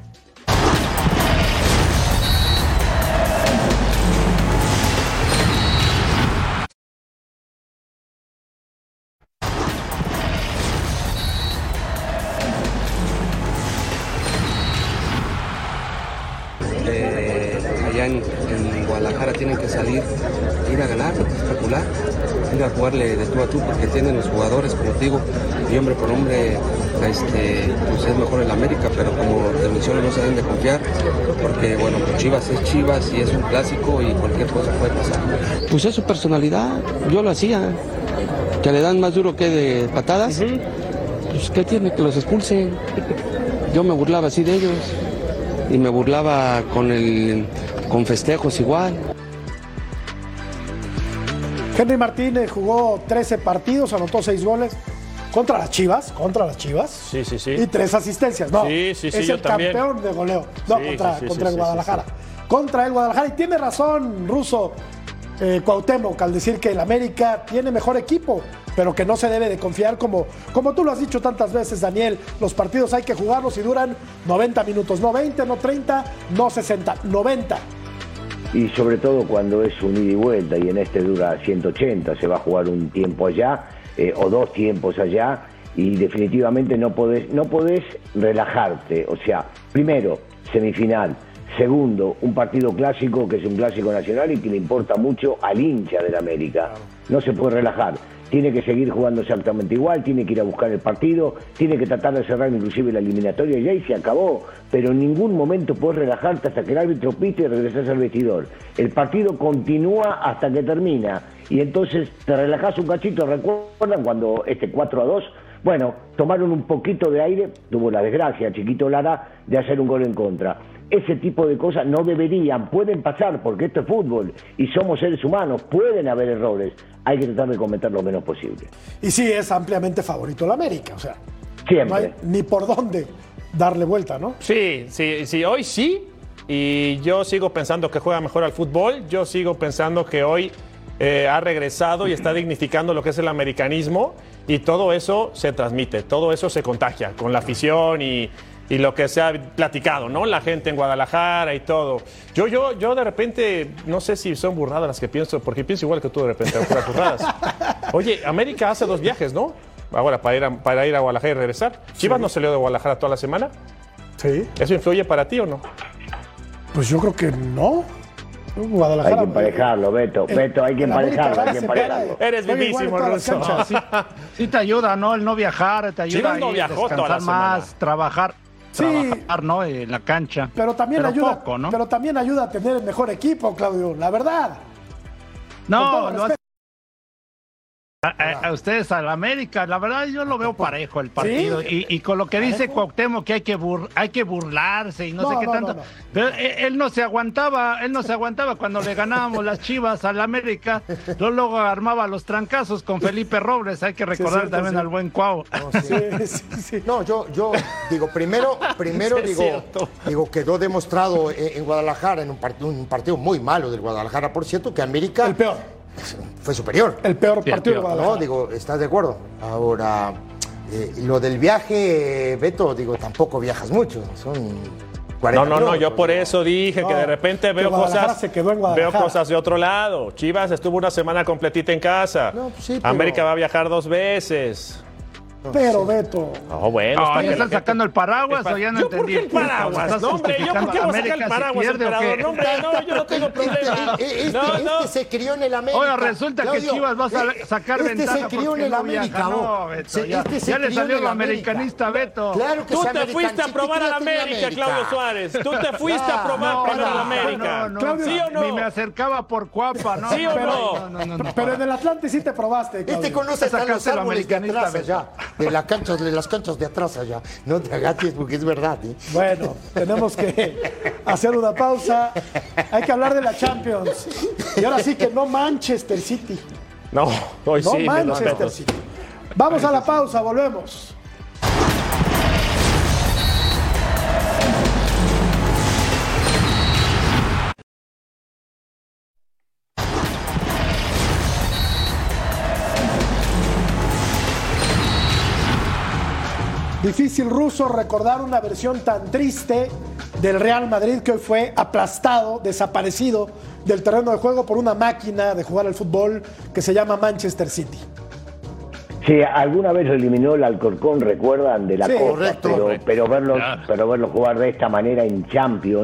Eh, allá en, en Guadalajara tienen que salir, ir a ganar, espectacular, ir a jugarle de tú a tú porque tienen los jugadores, como te digo, y hombre por hombre, este, pues es mejor el América, pero como te menciono no se deben de confiar, porque bueno, pues Chivas es Chivas y es un clásico y cualquier cosa puede pasar. Pues es su personalidad, yo lo hacía, que le dan más duro que de patadas, uh-huh. Pues ¿qué tiene? Que los expulsen. Yo me burlaba así de ellos y me burlaba con el con festejos igual. Henry Martínez jugó trece partidos, anotó seis goles contra las Chivas, contra las Chivas. Sí, sí, sí. Y tres asistencias. No, sí, sí, sí, es yo el también. campeón de goleo. No, sí, contra, sí, sí, contra sí, el Guadalajara. Sí, sí. Contra el Guadalajara. Y tiene razón, Russo, eh, Cuauhtémoc, al decir que el América tiene mejor equipo, pero que no se debe de confiar como, como tú lo has dicho tantas veces, Daniel. Los partidos hay que jugarlos y duran noventa minutos. No veinte, no treinta, no sesenta, noventa. Y sobre todo cuando es un ida y vuelta y en este dura ciento ochenta, se va a jugar un tiempo allá eh, o dos tiempos allá y definitivamente no podés, no podés relajarte. O sea, primero, semifinal. Segundo, un partido clásico que es un clásico nacional y que le importa mucho al hincha del América. No se puede relajar. Tiene que seguir jugando exactamente igual, tiene que ir a buscar el partido, tiene que tratar de cerrar inclusive la eliminatoria y ahí se acabó. Pero en ningún momento puedes relajarte hasta que el árbitro pite y regresas al vestidor. El partido continúa hasta que termina. Y entonces te relajás un cachito. ¿Recuerdan cuando este cuatro a dos? Bueno, tomaron un poquito de aire, tuvo la desgracia, Chiquito Lara, de hacer un gol en contra. Ese tipo de cosas no deberían, pueden pasar porque esto es fútbol y somos seres humanos, pueden haber errores, hay que tratar de cometer lo menos posible. Y sí, es ampliamente favorito el América, o sea, siempre. No hay ni por dónde darle vuelta, ¿no? Sí, sí, sí, hoy sí, y yo sigo pensando que juega mejor al fútbol, yo sigo pensando que hoy eh, ha regresado y está dignificando lo que es el americanismo y todo eso se transmite, todo eso se contagia con la afición y... y lo que se ha platicado, ¿no? La gente en Guadalajara y todo. Yo, yo, yo de repente, no sé si son burradas las que pienso, porque pienso igual que tú de repente, puras burradas. Oye, América hace dos viajes, ¿no? Ahora, para ir a, para ir a Guadalajara y regresar. ¿Chivas sí. no salió de Guadalajara toda la semana? Sí. ¿Eso influye para ti o no? Pues yo creo que no. Guadalajara. Hay que emparejarlo, Beto. El, Beto, hay que emparejarlo, hay que emparejarlo. Eres vivísimo, Russo. Sí, sí te ayuda, ¿no? El no viajar, te ayuda Chivas no viajó descansar toda la más, semana. trabajar. Sí, trabajar, ¿no? En la cancha. Pero también pero ayuda, poco, ¿no? pero también ayuda a tener el mejor equipo, Claudio, la verdad. No, no hace... a, a ustedes al América, la verdad yo lo veo parejo el partido. ¿Sí? Y, y con lo que dice Cuauhtémoc que hay que bur, hay que burlarse y no, no sé qué no, tanto. No, no. Pero él, él no se aguantaba, él no se aguantaba cuando le ganábamos las Chivas al América. Luego, luego armaba los trancazos con Felipe Robles. Hay que recordar sí, sí, también sí. al buen Cuau. No, sí. Sí, sí. no, yo, yo digo, primero, primero sí, digo, digo, quedó demostrado en, en Guadalajara, en un, part, un partido muy malo del Guadalajara, por cierto, que América. El peor. Fue superior. El peor sí, partido. El peor, ¿no? Digo, ¿estás de acuerdo? Ahora, eh, lo del viaje, Beto, digo, tampoco viajas mucho. Son cuarenta No, no, no, yo por eso dije no, que de repente veo cosas, se quedó en veo cosas de otro lado. Chivas estuvo una semana completita en casa. No, pues sí, pero... América va a viajar dos veces. Pero, sí. Beto. No, bueno. No, ¿ya están sacando el paraguas el pa o ya no ¿Yo entendí? ¿Por qué el paraguas? No, hombre, ¿yo por qué voy a sacar el paraguas, emperador? No, hombre, no, yo no tengo problema. Este, este, no, no. este se crió en el América. Oye, resulta Claudio, que Chivas va a sacar este ventaja se crió en el no América. No, Beto, se, ya este se ya le salió el América. americanista, Beto. Claro que Tú se te fuiste a probar al América, Claudio Suárez. Tú te fuiste a probar primero al América. ¿Sí o no? Ni me acercaba por Cuapa, ¿no? ¿Sí o no? Pero en el Atlante sí te probaste, Claudio. Este conoce hasta los árboles de atrás allá, de las canchas de las canchas de atrás allá. No te agaches porque es verdad. ¿eh? Bueno, tenemos que hacer una pausa. Hay que hablar de la Champions. Y ahora sí que no Manchester City. No, hoy no sí. No Manchester City. Vamos a la pausa, volvemos. Difícil, Russo, recordar una versión tan triste del Real Madrid que hoy fue aplastado, desaparecido del terreno de juego por una máquina de jugar al fútbol que se llama Manchester City. Sí, alguna vez lo eliminó el Alcorcón, recuerdan, de la sí, Copa, correcto, pero, correcto. Pero, verlo, Claro. pero verlo jugar de esta manera en Champions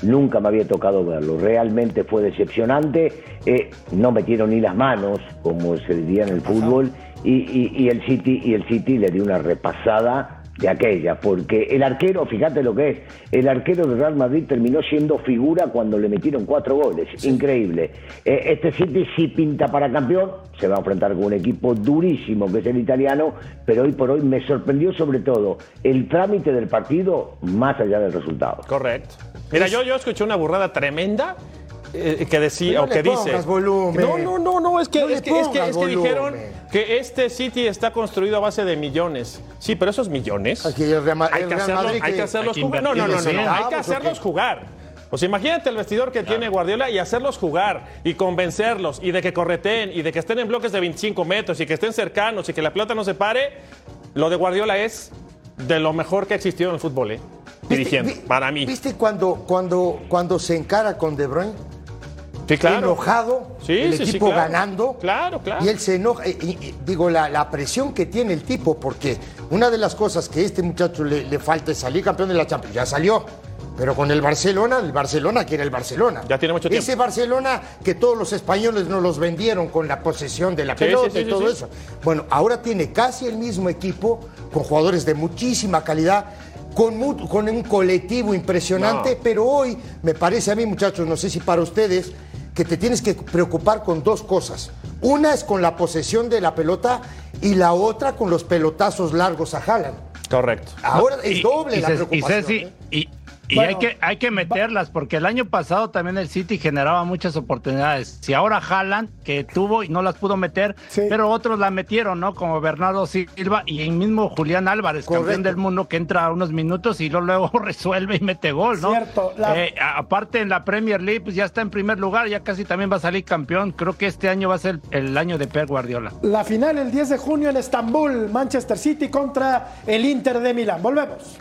nunca me había tocado verlo. Realmente fue decepcionante. Eh, no metieron ni las manos, como se diría en el fútbol, y, y, y el City y el City le dio una repasada de aquella, porque el arquero, fíjate lo que es, el arquero de Real Madrid terminó siendo figura cuando le metieron cuatro goles, sí. Increíble. Eh, este City sí pinta para campeón, se va a enfrentar con un equipo durísimo que es el italiano, pero hoy por hoy me sorprendió sobre todo el trámite del partido más allá del resultado. Correcto. Mira, es... yo, yo escuché una burrada tremenda. Eh, que decía no o que dice volumen. no no no no es que no es que, es que, es que dijeron que este City está construido a base de millones. Sí, pero esos millones Aquí el Real, hay, el que Real hacerlos, Madrid hay que que, hacerlos hay jugar. No, no, no, no, no, hay que hacerlos jugar. O sea, imagínate el vestidor que claro. tiene Guardiola y hacerlos jugar y convencerlos y de que correteen y de que estén en bloques de veinticinco metros y que estén cercanos y que la pelota no se pare. Lo de Guardiola es de lo mejor que ha existido en el fútbol, ¿eh? Dirigiendo, ¿Viste, para mí. ¿Viste cuando, cuando, cuando se encara con De Bruyne? Sí, claro. Enojado, sí, el sí, equipo sí, claro. ganando. Claro, claro. Y él se enoja. Y, y, digo, la, la presión que tiene el tipo, porque una de las cosas que a este muchacho le, le falta es salir campeón de la Champions. Ya salió. Pero con el Barcelona, el Barcelona quiere el Barcelona. Ya tiene mucho tiempo. Ese Barcelona que todos los españoles nos los vendieron con la posesión de la pelota sí, sí, sí, y todo sí, eso. Sí. Bueno, ahora tiene casi el mismo equipo, con jugadores de muchísima calidad. Con, con un colectivo impresionante, no. Pero hoy me parece a mí, muchachos, no sé si para ustedes, que te tienes que preocupar con dos cosas. Una es con la posesión de la pelota y la otra con los pelotazos largos a Haaland. Correcto. Ahora es y, doble y, la y preocupación. Ceci, ¿eh? y, y bueno, hay que hay que meterlas porque el año pasado también el City generaba muchas oportunidades. Si ahora Haaland, que tuvo y no las pudo meter, sí. Pero otros la metieron, ¿no? Como Bernardo Silva y el mismo Julián Álvarez, correcto. Campeón del mundo, que entra a unos minutos y luego, luego resuelve y mete gol, ¿no? Cierto. La... Eh, aparte en la Premier League, pues ya está en primer lugar, ya casi también va a salir campeón. Creo que este año va a ser el, el año de Pep Guardiola. La final el diez de junio en Estambul, Manchester City contra el Inter de Milán. Volvemos.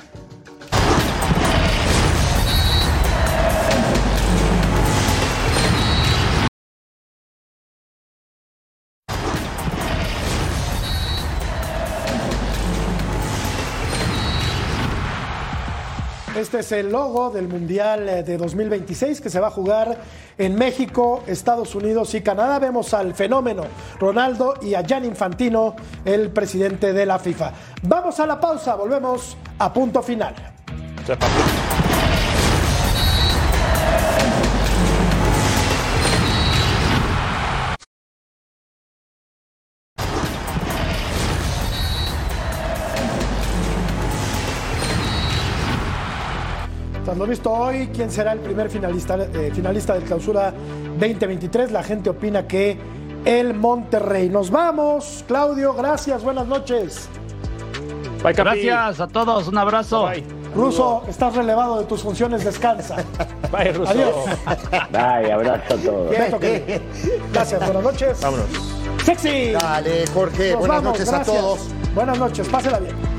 Este es el logo del Mundial de dos mil veintiséis que se va a jugar en México, Estados Unidos y Canadá. Vemos al fenómeno Ronaldo y a Gianni Infantino, el presidente de la FIFA. Vamos a la pausa, volvemos a Punto Final. Lo visto hoy, ¿quién será el primer finalista, eh, finalista del Clausura veinte veintitrés? La gente opina que el Monterrey. Nos vamos, Claudio, gracias, buenas noches. Bye, gracias a todos, un abrazo. Bye. Ruso, estás relevado de tus funciones, descansa. Bye, Ruso. Adiós. Bye, abrazo a todos. Gracias, buenas noches. Vámonos. Sexy. Dale, Jorge, Nos buenas vamos, noches gracias. a todos. Buenas noches, pásela bien.